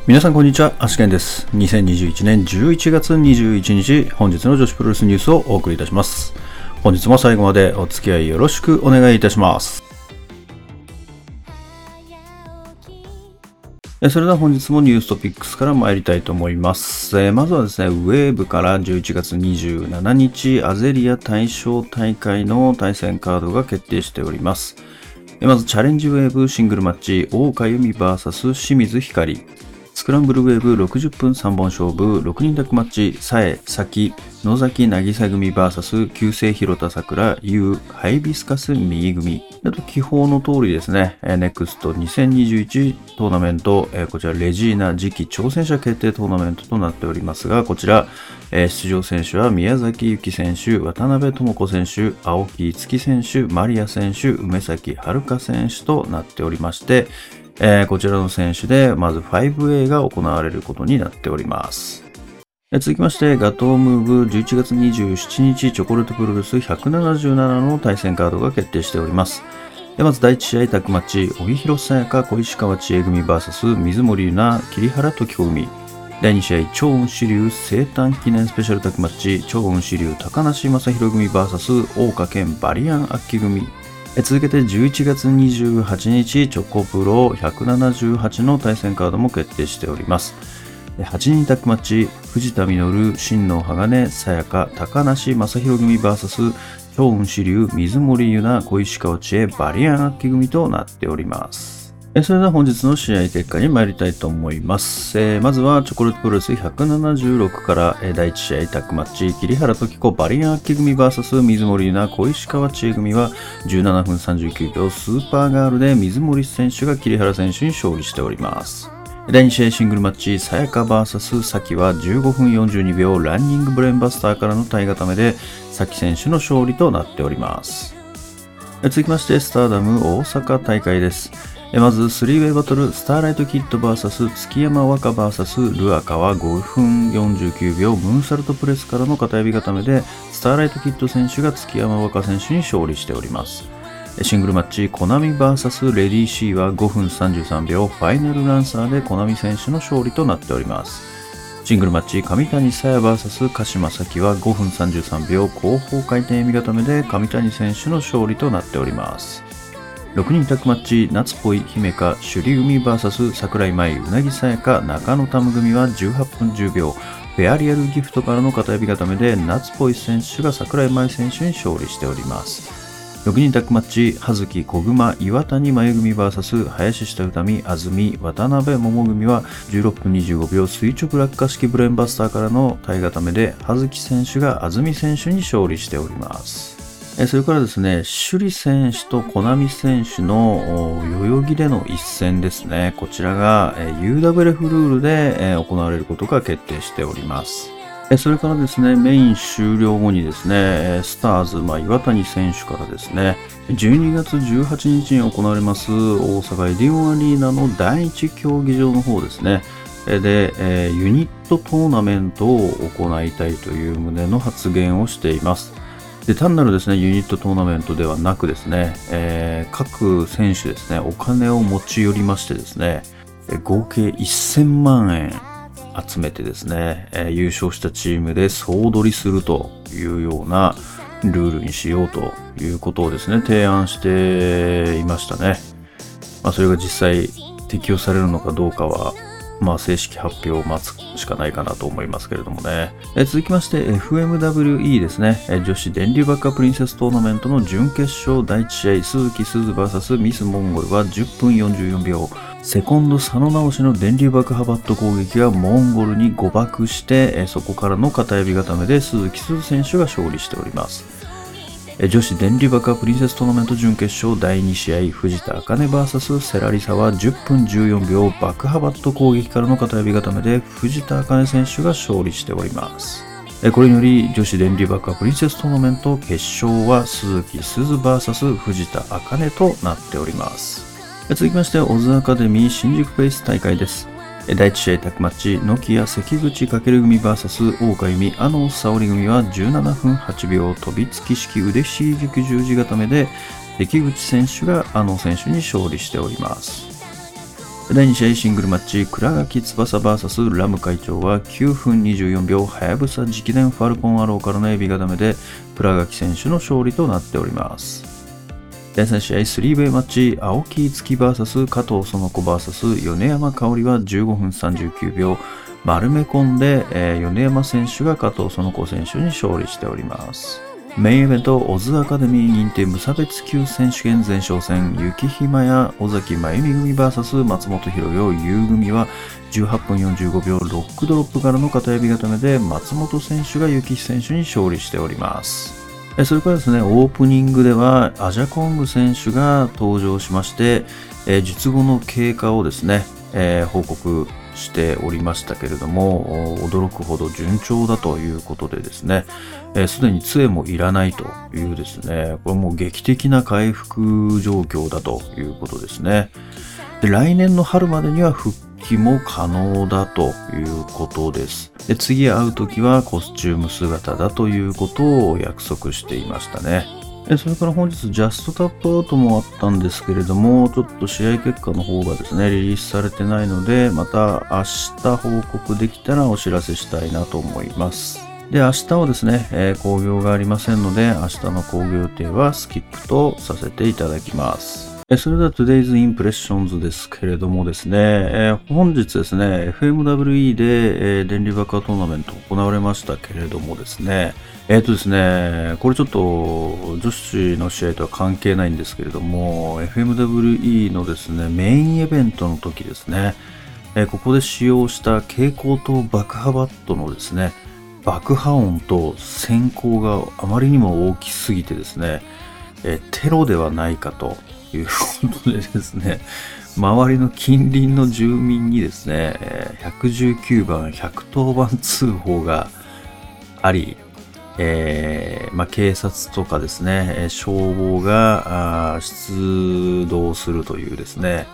皆さんこんにちは、アシケンです。2021年11月21日、本日の女子プロレスニュースをお送りいたします。本日も最後までお付き合いよろしくお願いいたします。それでは本日もニューストピックスから参りたいと思います。まずはですね、ウェーブから11月27日、アゼリア大賞大会の対戦カードが決定しております。まずチャレンジウェーブシングルマッチ、大岡由美 VS 清水ひかり。スクランブルウェーブ60分3本勝負、6人タッグマッチ、さえ、さき、野崎渚組 VS 旧姓広田桜、ゆう、ハイビスカス右組。あと、記法の通りですね、NEXT 2021トーナメント、こちらレジーナ次期挑戦者決定トーナメントとなっておりますが、こちら、出場選手は宮崎由紀選手、渡辺智子選手、青木月選手、マリア選手、梅崎遥選手となっておりまして、こちらの選手でまず 5A が行われることになっております。続きましてガトームーブ11月27日チョコレートプロレス177の対戦カードが決定しております。まず第1試合タッグマッチ荻広さやか小石川千恵組 VS 水森優奈桐原時子組。第2試合超雲支流生誕記念スペシャルタッグマッチ超雲支流高梨正宏組 VS 大岡健バリアンアッキ組。続けて11月28日チョコプロ178の対戦カードも決定しております。8人タッグマッチ藤田実、新野鋼、さやか、高梨正宏組 VS 超雲支流水森優奈小石川千恵バリアンアッキ組となっております。それでは本日の試合結果に参りたいと思います。まずはチョコレートプロレス176から第1試合タッグマッチ桐原時子バリアンアッキ組 VS 水森優奈小石川千恵組は17分39秒スーパーガールで水森選手が桐原選手に勝利しております。第2試合シングルマッチさやか VS さきは15分42秒ランニングブレーンバスターからの体固めでさき選手の勝利となっております。続きましてスターダム大阪大会です。まず 3way バトルスターライトキッド VS 月山若 VS ルアカは5分49秒ムーンサルトプレスからの片指固めでスターライトキッド選手が月山若選手に勝利しております。シングルマッチコナミ VS レディー C は5分33秒ファイナルランサーでコナミ選手の勝利となっております。シングルマッチ上谷沙耶 VS 鹿島咲は5分33秒後方回転指固めで上谷選手の勝利となっております。6人タッグマッチ夏っぽい姫香首里組 VS 桜井舞うなぎさやか中野タム組は18分10秒フェアリアルギフトからの片指固めで夏っぽい選手が桜井舞選手に勝利しております。6人タッグマッチ葉月小熊岩谷真由組 VS 林下歌美安住渡辺桃組は16分25秒垂直落下式ブレーンバスターからの体固めで葉月選手が安住選手に勝利しております。それからですね、首里選手とコナミ選手の代々木での一戦ですね。こちらが UWF ルールで行われることが決定しております。それからですね、メイン終了後にですね、スターズ、岩谷選手からですね、12月18日に行われます大阪エディオンアリーナの第1競技場の方ですね。で、ユニットトーナメントを行いたいという旨の発言をしています。で単なるですねユニットトーナメントではなくですね、各選手ですねお金を持ち寄りましてですね合計1000万円集めてですね、優勝したチームで総取りするというようなルールにしようということをですね提案していましたね。それが実際適用されるのかどうかは正式発表を待つしかないかなと思いますけれどもね。続きまして FMWE ですね。女子電流バッカープリンセストーナメントの準決勝第1試合鈴木鈴 VS ミスモンゴルは10分44秒。セコンド佐野直しの電流爆破バット攻撃がモンゴルに誤爆してそこからの片指固めで鈴木鈴選手が勝利しております。女子電流爆破プリンセストーナメント準決勝第2試合藤田茜 VS セラリサは10分14秒爆破バット攻撃からの片指固めで藤田茜選手が勝利しております。これにより女子電流爆破プリンセストーナメント決勝は鈴木鈴 VS 藤田茜となっております。続きましてオズアカデミー新宿ベース大会です。第1試合タッグマッチ、ノキア関口翔組 VS 大岡由美、阿野沙織組は17分8秒飛びつき式腕ひしぎ十字固めで関口選手が阿野選手に勝利しております。 第2試合シングルマッチ、倉垣翼 VS ラム会長は9分24秒、はやぶさ直伝ファルコンアローからのエビ固めで、倉垣選手の勝利となっております。第3試合 3way マッチ、青木月 VS 加藤園子 VS 米山香織は15分39秒、丸め込んで、米山選手が加藤園子選手に勝利しております。メインイベント、オズアカデミー認定無差別級選手権前哨戦、雪ひまや尾崎真由美組 VS 松本博代優組は18分45秒、ロックドロップからの片指固めで松本選手が雪選手に勝利しております。それからですね、オープニングではアジャコング選手が登場しまして、術後の経過をですね、報告しておりましたけれども、驚くほど順調だということでですね、すでに杖もいらないというですね、これもう劇的な回復状況だということですね。で、来年の春までには復帰も可能だということです。で、次会うときはコスチューム姿だということを約束していましたね。それから本日ジャストタップアウトもあったんですけれども、ちょっと試合結果の方がですね、リリースされてないので、また明日報告できたらお知らせしたいなと思います。で、明日はですね、興行がありませんので、明日の興行予定はスキップとさせていただきます。それでは Today's Impressions ですけれどもですね、本日ですね、FMWE で、電流爆破トーナメント行われましたけれどもですね、ですね、これちょっと女子の試合とは関係ないんですけれども、FMWE のですね、メインイベントの時ですね、ここで使用した蛍光灯爆破バットのですね、爆破音と閃光があまりにも大きすぎてですね、テロではないかということでですね、周りの近隣の住民にですね、119番、110番通報があり、警察とかですね、消防が出動するというですね、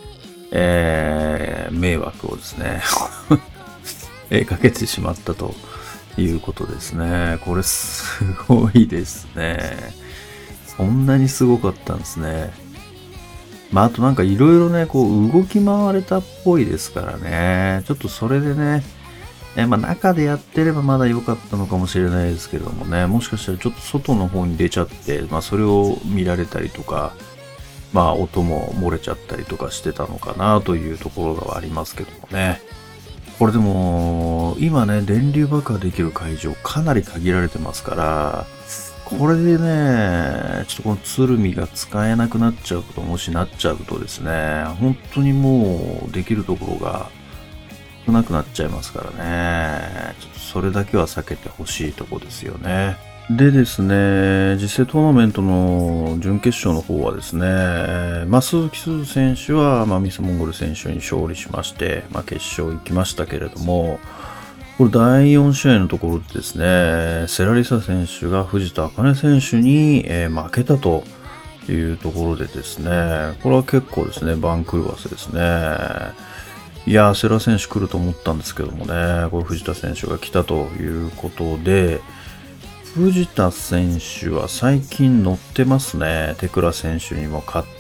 迷惑をですね、かけてしまったということですね。これすごいですね。そんなにすごかったんですね。あとなんかいろいろね、こう動き回れたっぽいですからね。ちょっとそれでね、中でやってればまだ良かったのかもしれないですけれどもね、もしかしたらちょっと外の方に出ちゃって、それを見られたりとか、音も漏れちゃったりとかしてたのかなというところがありますけどもね。これでも、今ね、電流爆破できる会場かなり限られてますから、これでね、ちょっとこの鶴見が使えなくなっちゃうこと、もしなっちゃうとですね、本当にもうできるところが少なくなっちゃいますからね、ちょっとそれだけは避けてほしいとこですよね。でですね、実際トーナメントの準決勝の方はですね、鈴木鈴選手は、ミスモンゴル選手に勝利しまして、決勝行きましたけれども、これ第4試合のところでですね、セラリサ選手が藤田茜選手に、負けたというところでですね、これは結構ですね、番狂わせですね。いやー、セラ選手来ると思ったんですけどもね、これ藤田選手が来たということで、藤田選手は最近乗ってますね。テクラ選手にも勝って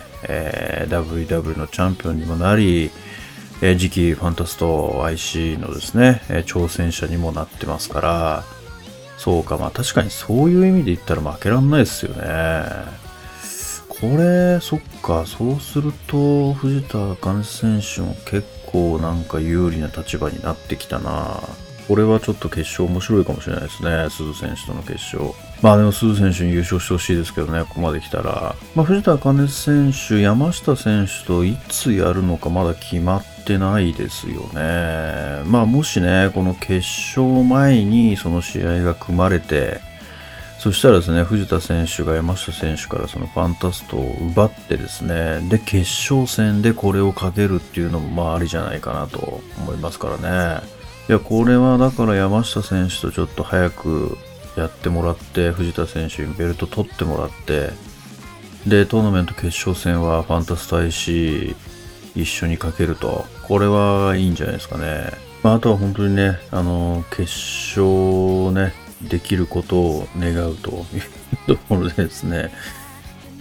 、WW のチャンピオンにもなり、次期ファンタスト IC のですね、挑戦者にもなってますから、そうか、確かにそういう意味で言ったら負けらんないですよね。これ、そっか、そうすると、藤田茜選手も結構なんか有利な立場になってきたな。これはちょっと決勝面白いかもしれないですね。鈴選手との決勝。でも鈴選手に優勝してほしいですけどね、ここまで来たら。藤田茜選手、山下選手といつやるのかまだ決まってないですよね。もしね、この決勝前にその試合が組まれて、そしたらですね、藤田選手が山下選手からそのファンタストを奪ってですね、で、決勝戦でこれをかけるっていうのもありじゃないかなと思いますからね。いや、これはだから山下選手とちょっと早くやってもらって、藤田選手にベルト取ってもらって、で、トーナメント決勝戦はファンタスト IC 一緒にかけると、これはいいんじゃないですかね。あとは本当にね、決勝ね、できることを願うというところでですね、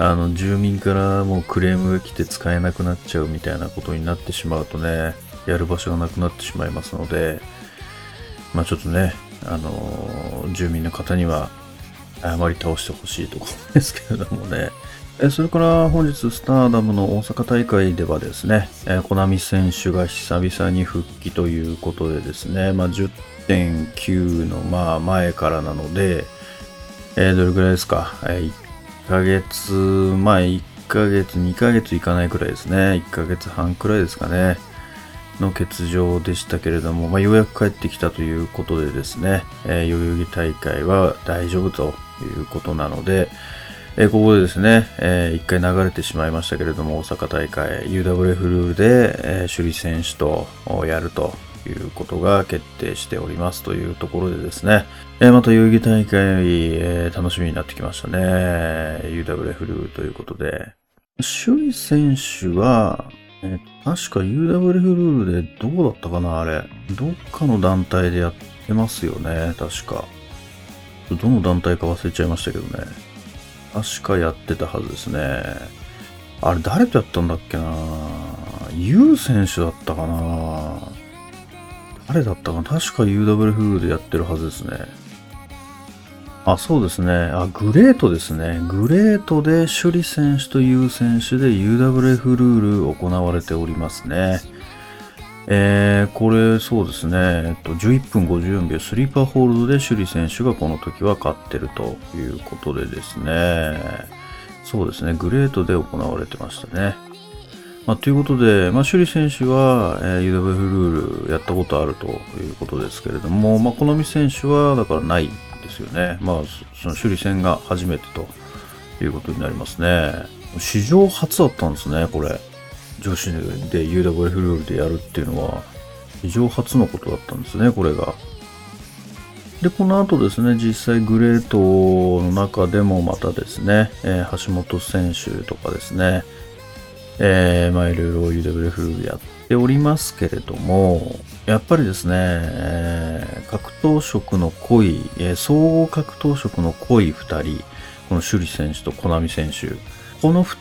住民からもうクレームが来て使えなくなっちゃうみたいなことになってしまうとね、やる場所がなくなってしまいますので、まあちょっとね、住民の方には謝り倒してほしいところですけれどもね。それから本日スターダムの大阪大会ではですね、コナミ選手が久々に復帰ということでですね、まあ、10.9 のまあ前からなので、どれくらいですか、1ヶ月前、1ヶ月、2ヶ月いかないくらいですね、1ヶ月半くらいですかね、の欠場でしたけれども、まあ、ようやく帰ってきたということでですね、代々木大会は大丈夫ということなので、ここでですね、一回流れてしまいましたけれども、大阪大会 UWF ルールで、首里選手とやるということが決定しておりますというところでですね、また代々木大会、楽しみになってきましたね。UWF ルールということで。首里選手は、確か UWF ルールでどうだったかなあれ。どっかの団体でやってますよね、確か。どの団体か忘れちゃいましたけどね。確かやってたはずですね。あれ誰とやったんだっけな、ユウ選手だったかな、誰だったかな、確か UWF でやってるはずですね。あ、そうですね。グレートですね。グレートで首里選手とユウ選手で UWF ルール行われておりますね。これそうですね。11分54秒スリーパーホールドで首里選手がこの時は勝ってるということでですね。そうですね。グレートで行われてましたね。ということで、首里選手は、UWF ルールやったことあるということですけれども、コナミ選手はだからないんですよね。その首里戦が初めてということになりますね。史上初だったんですね、これ。女子で UWF ルールでやるっていうのは、史上初のことだったんですね、これが。で、この後ですね、実際グレートの中でもまたですね、橋本選手とかですね、いろいろ UWF ルールやっておりますけれども、やっぱりですね、格闘色の濃い、総合格闘色の濃い2人、この首里選手とコナミ選手、この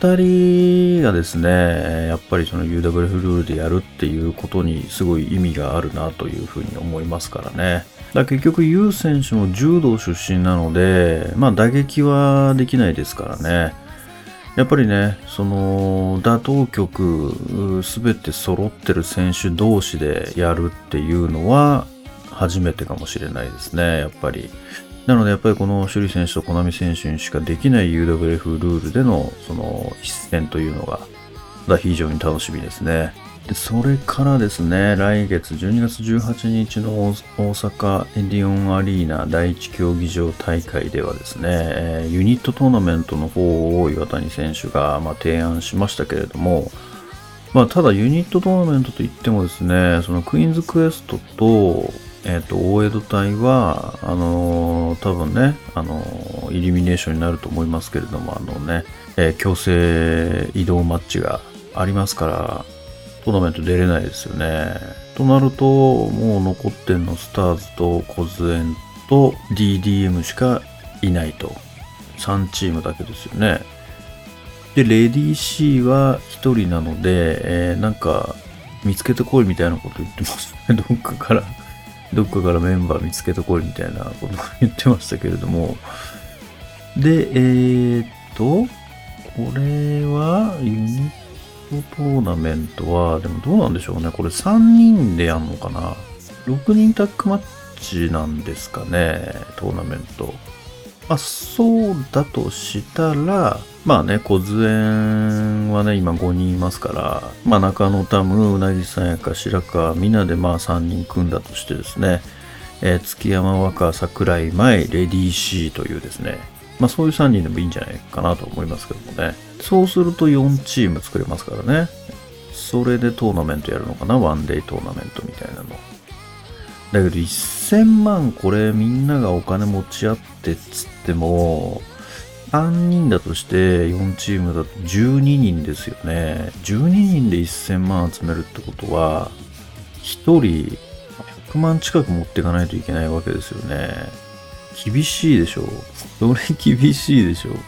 2人がですね、やっぱりその UWF ルールでやるっていうことにすごい意味があるなというふうに思いますからね。結局、ユウ選手も柔道出身なので、打撃はできないですからね。やっぱりね、その打倒曲すべて揃ってる選手同士でやるっていうのは初めてかもしれないですね、やっぱり。なのでやっぱりこの首里選手とコナミ選手にしかできない UWF ルールでのその一戦というのが非常に楽しみですね。でそれからですね、来月12月18日の大阪エディオンアリーナ第一競技場大会ではですね、ユニットトーナメントの方を岩谷選手が提案しましたけれども、ただユニットトーナメントといってもですね、そのクイーンズクエストと、大江戸隊は、多分ね、イリミネーションになると思いますけれども、強制移動マッチがありますから、トーナメント出れないですよね。となると、もう残ってんのスターズとコズエンと DDM しかいないと。3チームだけですよね。で、レディー C は1人なので、なんか見つけてこいみたいなこと言ってますね。どっかからメンバー見つけてこいみたいなことを言ってましたけれども。で、これはユニットーナメントは、でもどうなんでしょうね。これ3人でやんのかな ?6 人タッグマッチなんですかね、トーナメント。そうだとしたら、小津園はね、今5人いますから、中野タム、うなぎさやか、白川、みんなで3人組んだとしてですね、月山若、桜井舞、レディー C というですね、そういう3人でもいいんじゃないかなと思いますけどもね。そうすると4チーム作れますからね。それでトーナメントやるのかな、ワンデイトーナメントみたいなの。だけど1000万これみんながお金持ち合ってっつっても、3人だとして4チームだと12人ですよね。12人で1000万集めるってことは、1人100万近く持っていかないといけないわけですよね。厳しいでしょ。それ厳しいでしょ。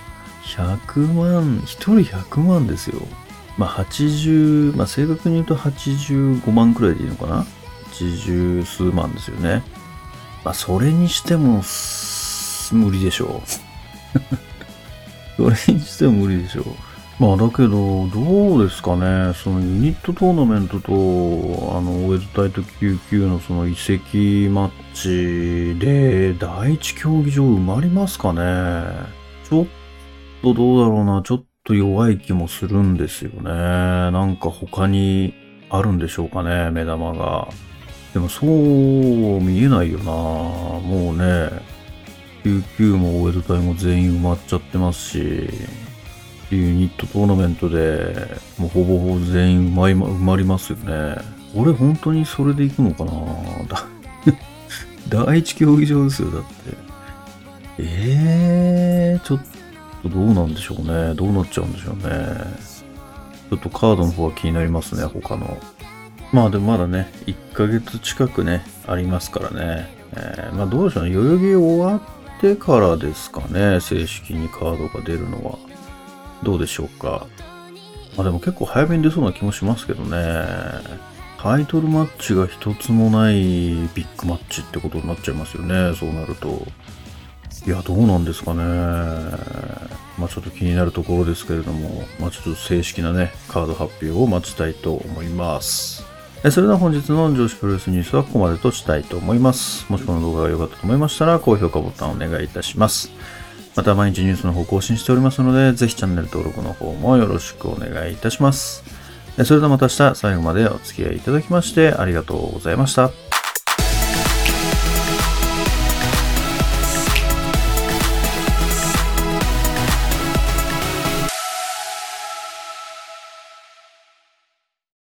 100万、1人100万ですよ。まあ80、まあ正確に言うと85万くらいでいいのかな？ 80 数万ですよね。まあそれにしても無理でしょう。それにしても無理でしょう。まあだけど、どうですかね。そのユニットトーナメントと、ウェズ隊と99のその移籍マッチで、第一競技場埋まりますかね。ちょっとどうだろうな。ちょっと弱い気もするんですよね。なんか他にあるんでしょうかね、目玉が。でもそう見えないよな。もうね、99もウェズ隊も全員埋まっちゃってますし、ユニットトーナメントでもうほぼほぼ全員埋まりますよね。俺本当にそれで行くのかな第一競技場ですよ、だって。ちょっとどうなんでしょうね。どうなっちゃうんでしょうね。ちょっとカードの方が気になりますね、他の。まあでもまだね、1ヶ月近くね、ありますからね。まあどうでしょうね。代々木終わってからですかね、正式にカードが出るのは。どうでしょうか。まあでも結構早めに出そうな気もしますけどね。タイトルマッチが一つもないビッグマッチってことになっちゃいますよね。そうなると。いや、どうなんですかね。まあちょっと気になるところですけれども、まあちょっと正式なね、カード発表を待ちたいと思います。それでは本日の女子プロレスニュースはここまでとしたいと思います。もしこの動画が良かったと思いましたら、高評価ボタンをお願いいたします。また毎日ニュースの方更新しておりますので、ぜひチャンネル登録の方もよろしくお願いいたします。それではまた明日最後までお付き合いいただきましてありがとうございました。